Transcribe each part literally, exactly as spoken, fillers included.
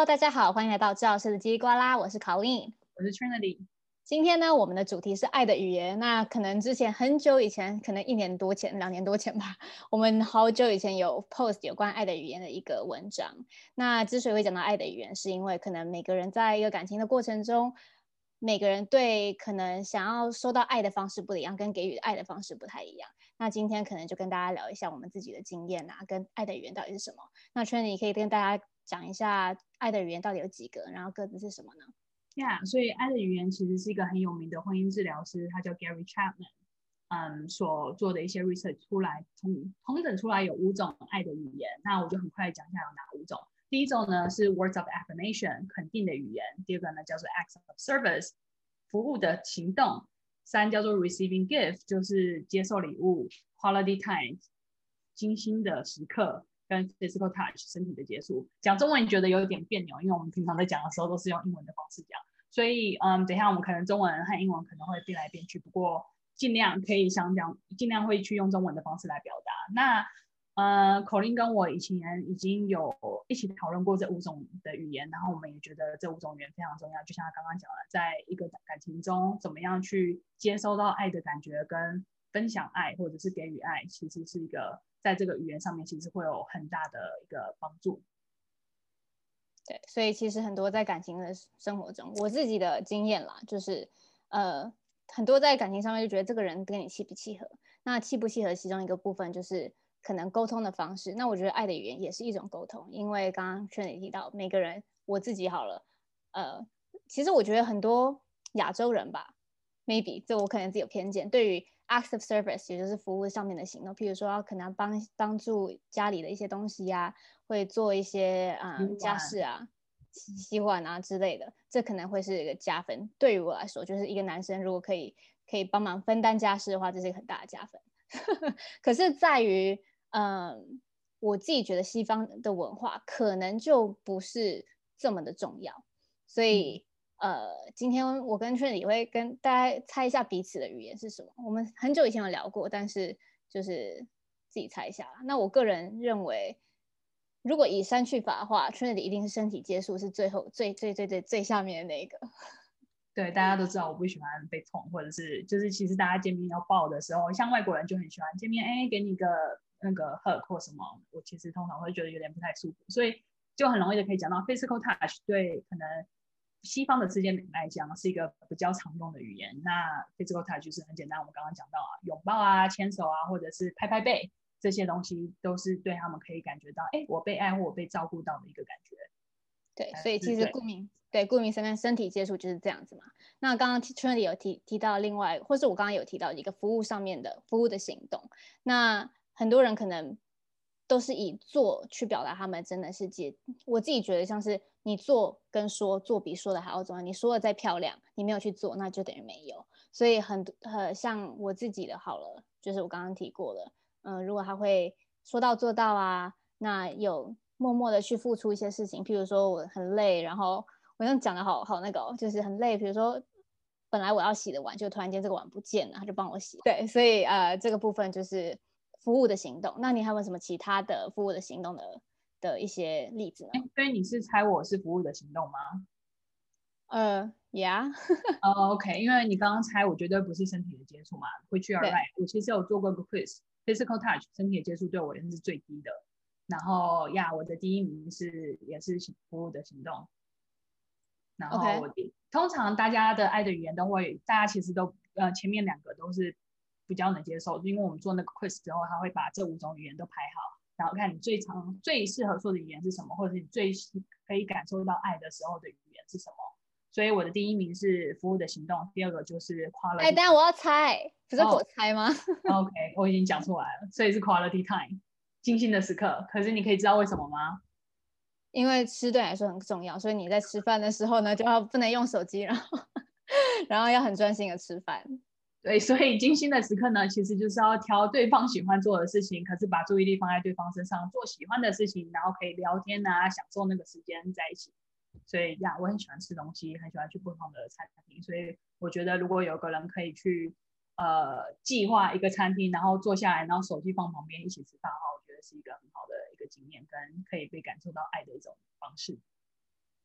大家好，欢迎来到知道师的叽里呱啦，我是 Colleen， 我是 Trinity。 今天呢，我们的主题是爱的语言。那可能之前很久以前，可能一年多前、两年多前吧，我们好久以前有 post 有关爱的语言的一个文章。那之所以会讲到爱的语言，是因为可能每个人在一个感情的过程中，每个人对可能想要收到爱的方式不一样，跟给予爱的方式不太一样。那今天可能就跟大家聊一下我们自己的经验啊，跟爱的语言到底是什么。那 Trinity 可以跟大家讲一下爱的语言到底有几个，然后各自是什么呢 ？Yeah， 所以爱的语言其实是一个很有名的婚姻治疗师，他叫 Gary Chapman， 嗯，所做的一些 research 出来，同同整出来有五种爱的语言。那我就很快讲一下有哪五种。第一种呢是 words of affirmation， 肯定的语言。第二个呢叫做 acts of service， 服务的行动。三叫做 receiving gift， 就是接受礼物。quality time， 精心的时刻。跟 physical touch 身体的接触，讲中文觉得有点别扭，因为我们平常在讲的时候都是用英文的方式讲，所以嗯，等一下我们可能中文和英文可能会变来变去，不过尽量可以想讲，尽量会去用中文的方式来表达。那呃 Colleen 跟我以前已经有一起讨论过这五种的语言，然后我们也觉得这五种语言非常重要，就像他刚刚讲的，在一个感情中怎么样去接收到爱的感觉，跟分享爱或者是给予爱，其实是一个在这个语言上面其实会有很大的一个帮助。 对，所以其实很多在感情的生活中，我自己的经验啦，就是呃，很多在感情上面就觉得这个人跟你契不契合，那契不契合其中一个部分就是可能沟通的方式。那我觉得爱的语言也是一种沟通，因为刚刚圈里提到每个人，我自己好了，呃，其实我觉得很多亚洲人吧 ，maybe 这我可能自己有偏见，对于acts of service， 也就是服务上面的行动，譬如说可能帮帮助家里的一些东西啊，会做一些嗯家事啊、洗碗啊之类的，这可能会是一个加分。对于我来说，就是一个男生如果可以可以帮忙分担家事的话，这是一个很大的加分。可是在于嗯，我自己觉得西方的文化可能就不是这么的重要，所以。嗯呃，今天我跟 Trinity 也会跟大家猜一下彼此的语言是什么。我们很久以前有聊过，但是就是自己猜一下。那我个人认为，如果以删去法的话 ，Trinity 一定是身体接触是最后最最最最最下面的那一个。 对，大家都知道我不喜欢被碰，或者是就是其实大家见面要抱的时候，像外国人就很喜欢见面，哎，给你个那个 hug 或什么，我其实通常会觉得有点不太舒服，所以就很容易的可以讲到 physical touch， 对，可能。西方的之间来讲是一个比较常用的语言，那 physical touch 就是很简单，我们刚刚讲到啊，拥抱啊、牵手啊，或者是拍拍背，这些东西都是对他们可以感觉到，哎，我被爱或我被照顾到的一个感觉。 对，所以其实顾名对顾名思义，身体接触就是这样子嘛。那刚刚 Trinity 有提提到另外，或是我刚刚有提到一个服务上面的服务的行动，那很多人可能都是以做去表达他们真的是接，我自己觉得像是你做跟说，做比说的还要重要。你说的再漂亮，你没有去做，那就等于没有。所以很呃，像我自己的好了，就是我刚刚提过的，嗯、呃，如果他会说到做到啊，那有默默的去付出一些事情，譬如说我很累，然后我这样讲的好好那个、哦，就是很累，比如说。本来我要洗的碗，就突然间这个碗不见了，他就帮我洗。对，所以呃，这个部分就是服务的行动。那你还有什么其他的服务的行动的的一些例子呢？ 所以你是猜我是服务的行动吗？ 呃，Yeah 哦、uh, ，OK， 因为你刚刚猜我绝对不是身体的接触嘛，Which you are right。我其实有做过个 quiz，physical touch 身体的接触对我也是最低的。然后呀，我的第一名是也是服务的行动。然后我、okay. 通常大家的爱的语言都会，大家其实都呃前面两个都是比较能接受，因为我们做那个 quiz 之后，他会把这五种语言都排好，然后看你最常最适合说的语言是什么，或者是你最可以感受到爱的时候的语言是什么。所以我的第一名是服务的行动，第二个就是 quality。 哎，等下我要猜，不是给我猜吗、 oh, ？OK， 我已经讲出来了，所以是 quality time， 精心的时刻。可是你可以知道为什么吗？ 因为吃对你来说很重要，所以你在吃饭的时候呢，就要不能用手机，然后然后要很专心的吃饭。 对，所以精心的时刻呢，其实就是要挑对方喜欢做的事情，可是把注意力放在对方身上，做喜欢的事情，然后可以聊天啊，享受那个时间在一起。所以呀，我很喜欢吃东西，很喜欢去不同的餐厅，所以我觉得如果有个人可以去呃计划一个餐厅，然后坐下来，然后手机放旁边一起吃饭的话，我觉得是一个很好的一个经验，跟可以被感受到爱的一种方式。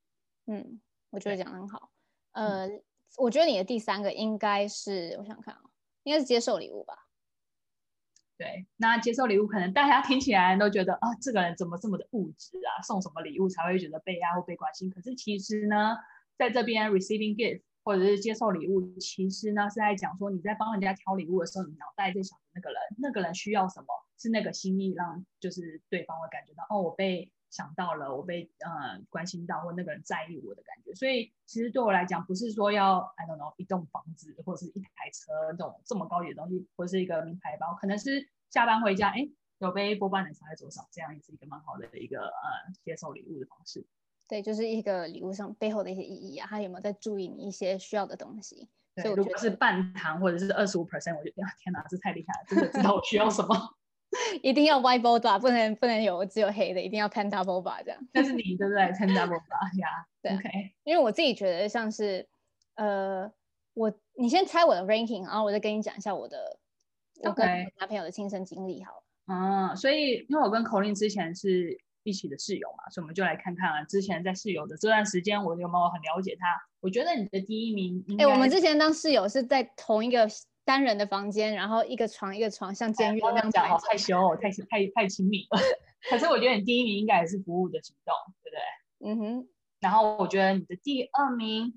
嗯，我觉得讲得很好。呃，嗯、我觉得你的第三个应该是，我想看啊、哦，应该是接受礼物吧。 对，那接受礼物可能大家听起来都觉得啊，这个人怎么这么的物质啊，送什么礼物才会觉得被爱或被关心？可是其实呢，在这边 receiving gift 或者是接受礼物，其实呢是在讲说你在帮人家挑礼物的时候，你脑袋在想的那个人，那个人需要什么，是那个心意让就是对方会感觉到哦，我被想到了，我被呃关心到，或那个人在意我的感觉。所以其实对我来讲，不是说要 I don't know 一栋房子或者是一台车这种这么高级的东西，或是一个名牌包，可能是下班回家，哎，有杯波霸奶茶在桌上，这样也是一个蛮好的一个呃接受礼物的方式。 对，就是一个礼物上背后的一些意义啊，他有没有在注意你一些需要的东西？ 对，如果是半糖或者是二十五 percent，我就天哪，这太厉害了，真的知道我需要什么。 一定要 white boba， 不能不能有只有黑的，一定要 panda boba 这样。 但是你对不对 ？panda boba 呀， 对 ，OK。 因为我自己觉得像是呃，我你先猜我的 ranking，然后我再跟你讲一下我的我跟我男朋友的亲身经历好了。 嗯，所以因为我跟 Colin 之前是一起的室友嘛，所以我们就来看看啊，之前在室友的这段时间，我有没有很了解他？我觉得你的第一名应该， 哎、欸，我们之前当室友是在同一个单人的房间，然后一个床一个床，像监狱那样讲，好害羞哦，太太太亲密了。可是我觉得你第一名应该也是服务的行动，对不对？ 嗯哼。 然后我觉得你的第二名，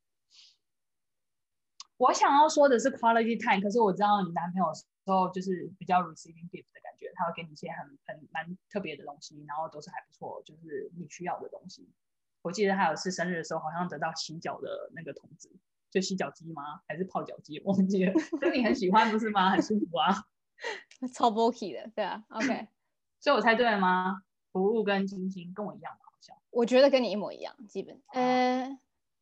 我想要说的是 quality time， 可是我知道你男朋友的时候就是比较 receiving gift 的感觉，他会给你一些很很蛮特别的东西，然后都是还不错，就是你需要的东西。我记得他有次生日的时候，好像得到洗脚的那个桶子，就洗脚机吗？还是泡脚机？我忘记了。可是你很喜欢不是吗？很舒服啊， 超 bulky 的，对啊 ，OK。 所以我猜对了吗？服务跟精心跟我一样嘛，好像。 我觉得跟你一模一样，基本呃。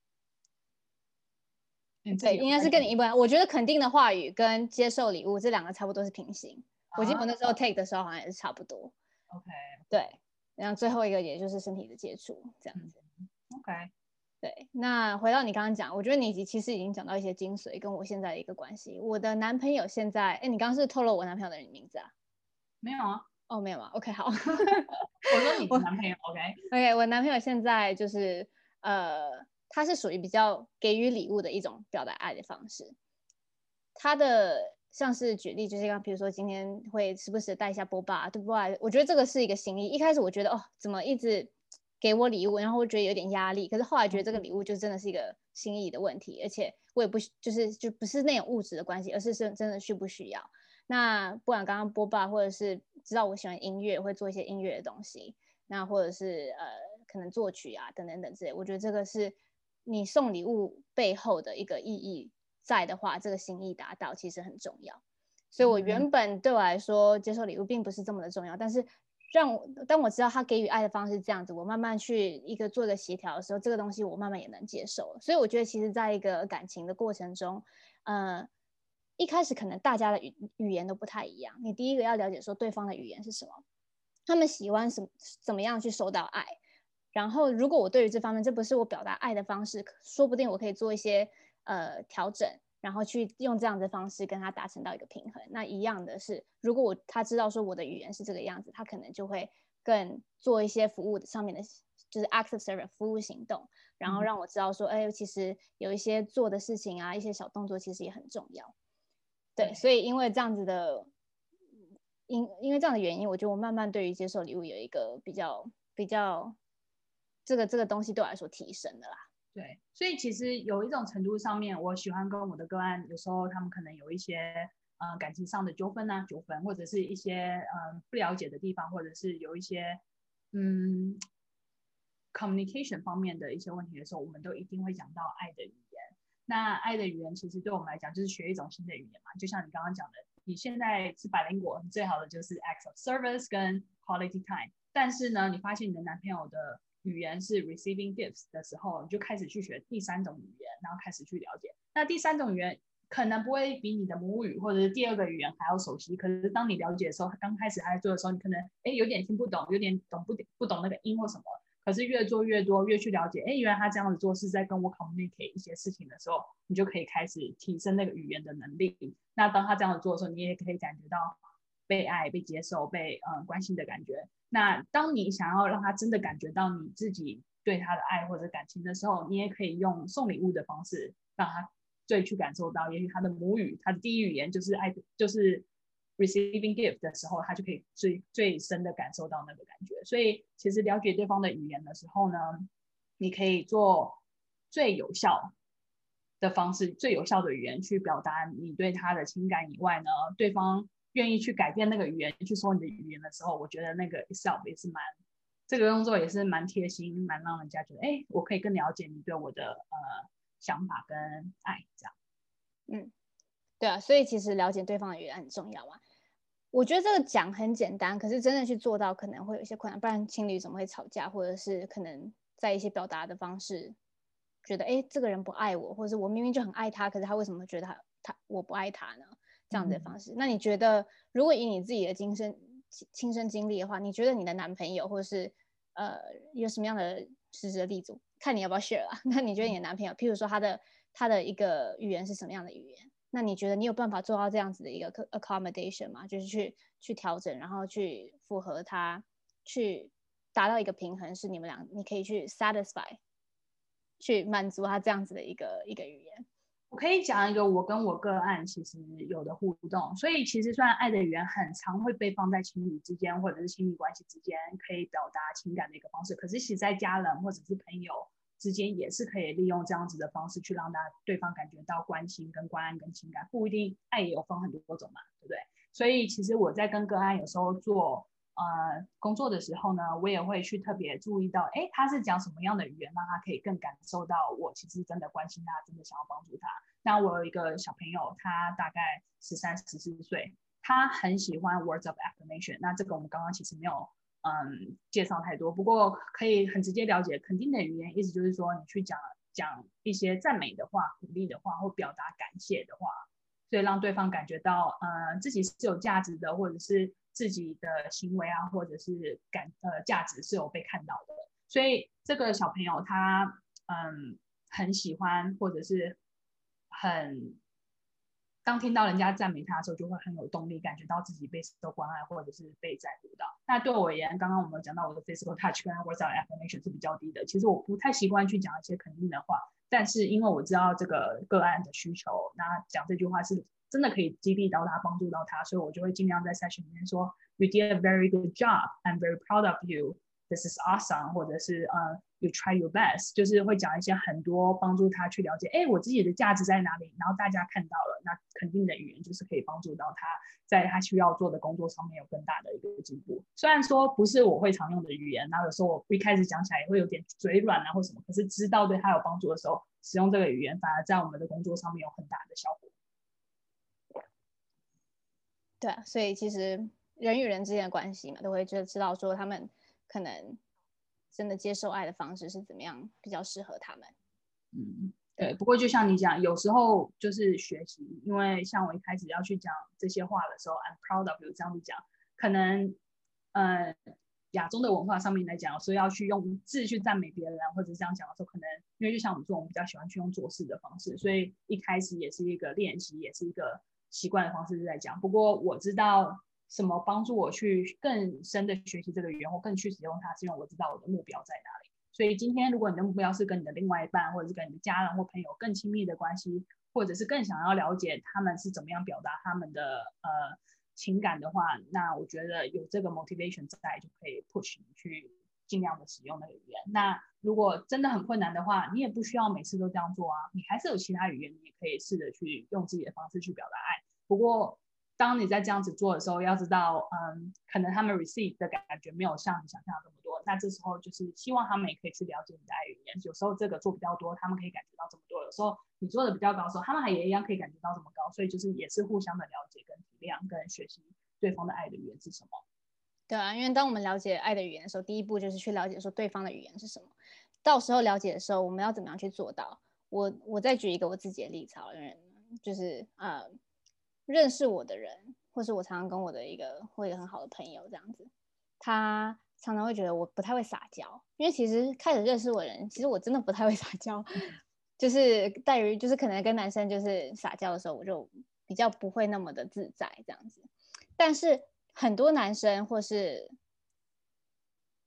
对，应该是跟你一般。我觉得肯定的话语跟接受礼物这两个差不多是平行。啊、我记得我那时候 take 的时候好像也是差不多。 OK。 对，然后最后一个也就是身体的接触这样子。 嗯、OK。 对，那回到你刚刚讲，我觉得你其实已经讲到一些精髓跟我现在的一个关系。我的男朋友现在，哎，你刚刚是透露我男朋友的名字啊？ 没有啊。 哦，没有啊。OK， 好。 我说你的男朋友 OK。 OK， 我男朋友现在就是呃。他是属于比较给予礼物的一种表达爱的方式。他的像是举例，就是刚比如说今天会时不时带一下波霸，对不对？我觉得这个是一个心意。一开始我觉得哦，怎么一直给我礼物，然后我觉得有点压力。可是后来觉得这个礼物就真的是一个心意的问题，而且我也不就是就不是那种物质的关系，而是是真的需不需要。那不管刚刚波霸，或者是知道我喜欢音乐，会做一些音乐的东西，那或者是呃可能作曲啊等等等之类，我觉得这个是。你送礼物背后的一个意义在的话，这个心意达到其实很重要。所以我原本对我来说接受礼物并不是这么的重要，但是让我当我知道他给予爱的方式这样子，我慢慢去一个做一个协调的时候，这个东西我慢慢也能接受了。所以我觉得其实在一个感情的过程中，呃，一开始可能大家的语语言都不太一样，你第一个要了解说对方的语言是什么，他们喜欢什么怎么样去收到爱。然后，如果我对于这方面这不是我表达爱的方式，说不定我可以做一些呃调整，然后去用这样的方式跟他达成到一个平衡。那一样的是，如果我他知道说我的语言是这个样子，他可能就会更做一些服务上面的，就是 active service 服务行动，然后让我知道说，哎，其实有一些做的事情啊，一些小动作其实也很重要。对，所以因为这样子的，因因为这样的原因，我觉得我慢慢对于接受礼物有一个比较比较。这个这个东西对我来说提升的啦。 对，所以其实有一种程度上面，我喜欢跟我的个案，有时候他们可能有一些呃感情上的纠纷啊、纠纷，或者是一些呃不了解的地方，或者是有一些嗯 communication 方面的一些问题的时候，我们都一定会讲到爱的语言。那爱的语言其实对我们来讲就是学一种新的语言嘛，就像你刚刚讲的，你现在是百灵果，你最好的就是 acts of service 跟 quality time， 但是呢，你发现你的男朋友的语言是 receiving gifts 的时候，你就开始去学第三种语言，然后开始去了解。那第三种语言可能不会比你的母语或者是第二个语言还要熟悉，可是当你了解的时候，刚开始还在做的时候，你可能哎有点听不懂，有点懂不不懂那个音或什么。可是越做越多，越去了解，哎，原来他这样子做是在跟我 communicate 一些事情的时候，你就可以开始提升那个语言的能力。那当他这样子做的时候，你也可以感觉到被爱、被接受、被呃关心的感觉。那当你想要让他真的感觉到你自己对他的爱或者感情的时候，你也可以用送礼物的方式让他最去感受到，也许他的母语，他的第一语言就是爱，就是 receiving gift 的时候，他就可以最最深的感受到那个感觉。所以其实了解对方的语言的时候呢，你可以做最有效的方式，最有效的语言去表达你对他的情感以外呢，对方愿意去改变那个语言去说你的语言的时候，我觉得那个 itself 也是蛮，这个动作也是蛮贴心，蛮让人家觉得，哎，我可以更了解你对我的呃想法跟爱，这样。 嗯，对啊，所以其实了解对方的语言很重要啊。我觉得这个讲很简单，可是真的去做到可能会有一些困难，不然情侣怎么会吵架，或者是可能在一些表达的方式，觉得哎，这个人不爱我，或者是我明明就很爱他，可是他为什么觉得他他我不爱他呢？这样子的方式。嗯、那你觉得，如果以你自己的亲身亲身经历的话，你觉得你的男朋友或者是呃有什么样的实质的例子？看你要不要 share 啦。那你觉得你的男朋友，譬如说他的他的一个语言是什么样的语言？那你觉得你有办法做到这样子的一个 accommodation 吗？就是去去调整，然后去符合他，去达到一个平衡，是你们俩你可以去 satisfy， 去满足他这样子的一个一个语言。 我可以讲一个我跟我个案其实有的互动，所以其实虽然爱的语言很常会被放在情侣之间或者是亲密关系之间可以表达情感的一个方式，可是其实在家人或者是朋友之间也是可以利用这样子的方式去让大家对方感觉到关心跟关爱跟情感，不一定爱也有分很多种嘛，对不对？所以其实我在跟个案有时候做呃工作的时候呢，我也会去特别注意到，哎，他是讲什么样的语言，让他可以更感受到我其实真的关心他，真的想要帮助他。那我有一个小朋友，他大概十三、十四岁，他很喜欢 words of affirmation。那这个我们刚刚其实没有嗯介绍太多，不过可以很直接了解肯定的语言，意思就是说你去讲讲一些赞美的话、鼓励的话，或表达感谢的话，所以让对方感觉到呃自己是有价值的，或者是自己的行为啊，或者是感呃价值是有被看到的。所以这个小朋友他嗯很喜欢，或者是很当听到人家赞美他的时候，就会很有动力，感觉到自己被受关爱或者是被在乎到。那对我而言，刚刚我们讲到我的 physical touch 跟 words of affirmation 是比较低的，其实我不太习惯去讲一些肯定的话，但是因为我知道这个个案的需求，那讲这句话是真的可以激励到他，帮助到他，所以我就会尽量在 session 里面说 You did a very good job, I'm very proud of you, this is awesome， 或者是呃 You try your best， 就是会讲一些很多帮助他去了解，哎，我自己的价值在哪里，然后大家看到了，那肯定的语言就是可以帮助到他，在他需要做的工作上面有更大的一个进步。虽然说不是我会常用的语言，然后有时候我一开始讲起来也会有点嘴软啊或什么，可是知道对他有帮助的时候，使用这个语言反而在我们的工作上面有很大的效果。 对啊，所以其实人与人之间的关系嘛，都会就知道说他们可能真的接受爱的方式是怎么样比较适合他们。 嗯，对。不过就像你讲，有时候就是学习，因为像我一开始要去讲这些话的时候 ，I'm proud of you 这样子讲，可能呃亚洲的文化上面来讲，所以要去用字去赞美别人，或者这样讲的时候，可能因为就像我们说，我们比较喜欢去用做事的方式，所以一开始也是一个练习，也是一个习惯的方式在讲。不过我知道什么帮助我去更深的学习这个语言，或更去使用它，是因为我知道我的目标在哪里。所以今天如果你的目标是跟你的另外一半，或者是跟你的家人或朋友更亲密的关系，或者是更想要了解他们是怎么样表达他们的呃情感的话，那我觉得有这个 motivation 在，就可以 push 你去尽量的使用那个语言。那如果真的很困难的话，你也不需要每次都这样做啊，你还是有其他语言，你也可以试着去用自己的方式去表达爱。不过当你在这样子做的时候，要知道，嗯，可能他们 receive 的感觉没有像你想象的这么多。那这时候就是希望他们也可以去了解你的爱语言。有时候这个做比较多，他们可以感觉到这么多；有时候你做的比较高的时候，他们也一样可以感觉到这么高。所以就是也是互相的了解、跟体谅、跟学习对方的爱的语言是什么。 对啊，因为当我们了解爱的语言的时候，第一步就是去了解说对方的语言是什么。到时候了解的时候，我们要怎么样去做到？我我再举一个我自己的例子好了，就是呃。认识我的人，或是我常常跟我的一个或一个很好的朋友这样子，他常常会觉得我不太会撒娇，因为其实开始认识我的人，其实我真的不太会撒娇，就是在于就是可能跟男生就是撒娇的时候，我就比较不会那么的自在这样子。但是很多男生或是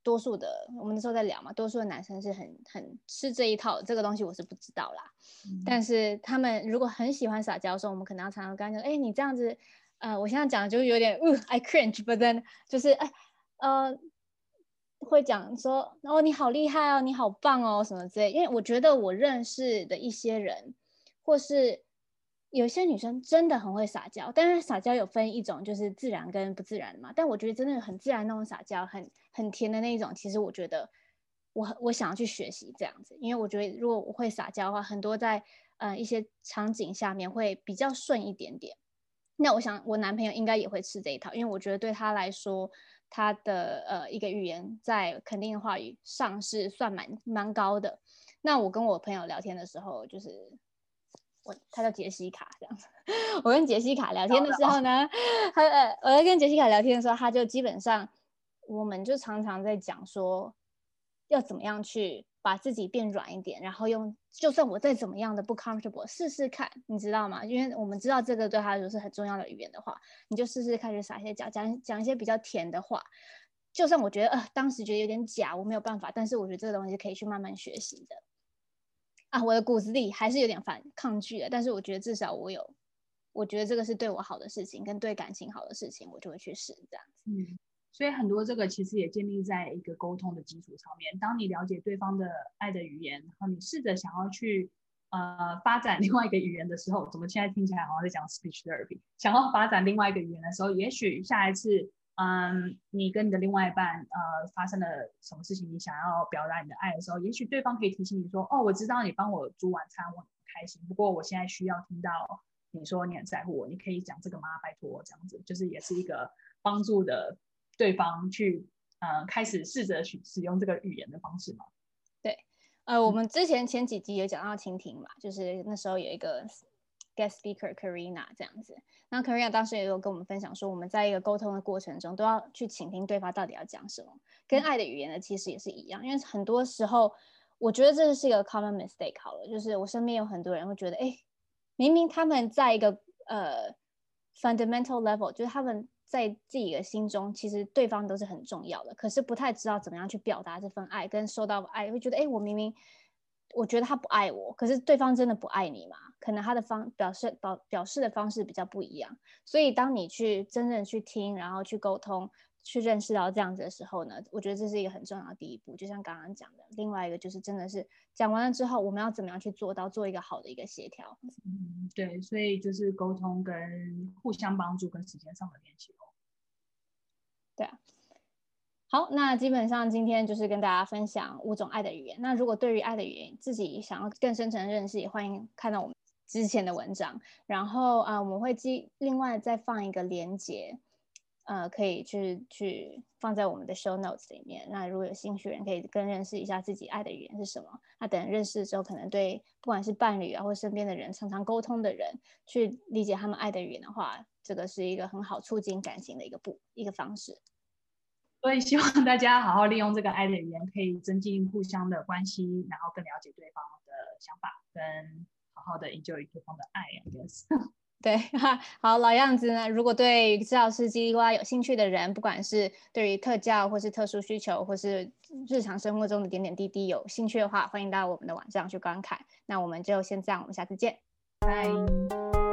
多数的，我们那时候在聊嘛，多数的男生是很很吃这一套，这个东西我是不知道啦。嗯、但是他们如果很喜欢撒娇的时候，我们可能要常常跟他说，哎，你这样子，呃，我现在讲的就有点，呃 I cringe，but then 就是哎，呃，会讲说，哦，你好厉害哦，你好棒哦，什么之类。因为我觉得我认识的一些人，或是有些女生真的很会撒娇，但是撒娇有分一种就是自然跟不自然的嘛。但我觉得真的很自然那种撒娇，很很甜的那一种，其实我觉得我我想要去学习这样子，因为我觉得如果我会撒娇的话，很多在呃一些场景下面会比较顺一点点。那我想我男朋友应该也会吃这一套，因为我觉得对他来说，他的呃一个语言在肯定的话语上是算蛮蛮高的。那我跟我朋友聊天的时候，就是我他叫杰西卡这样子，我跟杰西卡聊天的时候呢，他呃我在跟杰西卡聊天的时候，他就基本上我们就常常在讲说要怎么样去把自己变软一点，然后用就算我再怎么样的不 comfortable 试试看，你知道吗？因为我们知道这个对他来说是很重要的语言的话，你就试试看去撒一些娇，讲讲一些比较甜的话。就算我觉得呃当时觉得有点假，我没有办法，但是我觉得这个东西是可以去慢慢学习的。啊，我的骨子里还是有点反抗拒的，但是我觉得至少我有，我觉得这个是对我好的事情，跟对感情好的事情，我就会去试这样子。 嗯。所以很多这个其实也建立在一个沟通的基础上面。当你了解对方的爱的语言，然后你试着想要去呃发展另外一个语言的时候，怎么现在听起来好像在讲 speech therapy？ 想要发展另外一个语言的时候，也许下一次，嗯，你跟你的另外一半呃发生了什么事情，你想要表达你的爱的时候，也许对方可以提醒你说，哦，我知道你帮我煮晚餐，我很开心，不过我现在需要听到你说你很在乎我，你可以讲这个吗？拜托，这样子就是也是一个帮助的。对方去呃开始试着去使用这个语言的方式嘛？ 对，呃，我们之前前几集有讲到倾听嘛，就是那时候有一个 guest speaker Karina 这样子，那 Karina 当时也有跟我们分享说，我们在一个沟通的过程中都要去倾听对方到底要讲什么，跟爱的语言呢其实也是一样，因为很多时候我觉得这是一个 common mistake 好了，就是我身边有很多人会觉得，哎，明明他们在一个呃 fundamental level， 就是他们在自己的心中，其实对方都是很重要的，可是不太知道怎么样去表达这份爱，跟收到爱，会觉得，哎，我明明我觉得他不爱我，可是对方真的不爱你嘛？可能他的方表示表表示的方式比较不一样，所以当你去真正去听，然后去沟通，去认识到这样子的时候呢，我觉得这是一个很重要的第一步。就像刚刚讲的，另外一个就是真的是讲完了之后，我们要怎么样去做到做一个好的一个协调？ 嗯，对，所以就是沟通跟互相帮助跟时间上的练习哦。 对啊。好，那基本上今天就是跟大家分享五种爱的语言。那如果对于爱的语言自己想要更深层的认识，也欢迎看到我们之前的文章。然后啊、呃，我们会记另外再放一个连结，呃，可以去去放在我们的 show notes 里面。那如果有兴趣的人，可以更认识一下自己爱的语言是什么。那等认识之后，可能对不管是伴侣啊，或身边的人，常常沟通的人，去理解他们爱的语言的话，这个是一个很好促进感情的一个步一个方式。 所以希望大家好好利用这个爱的语言，可以增进互相的关系，然后更了解对方的想法，跟好好的 enjoy 对方的爱 I guess 对，好，老样子呢。如果对治疗师叽里呱啦有兴趣的人，不管是对于特教或是特殊需求，或是日常生活中的点点滴滴有兴趣的话，欢迎到我们的网站去观看。那我们就先这样，我们下次见， 拜。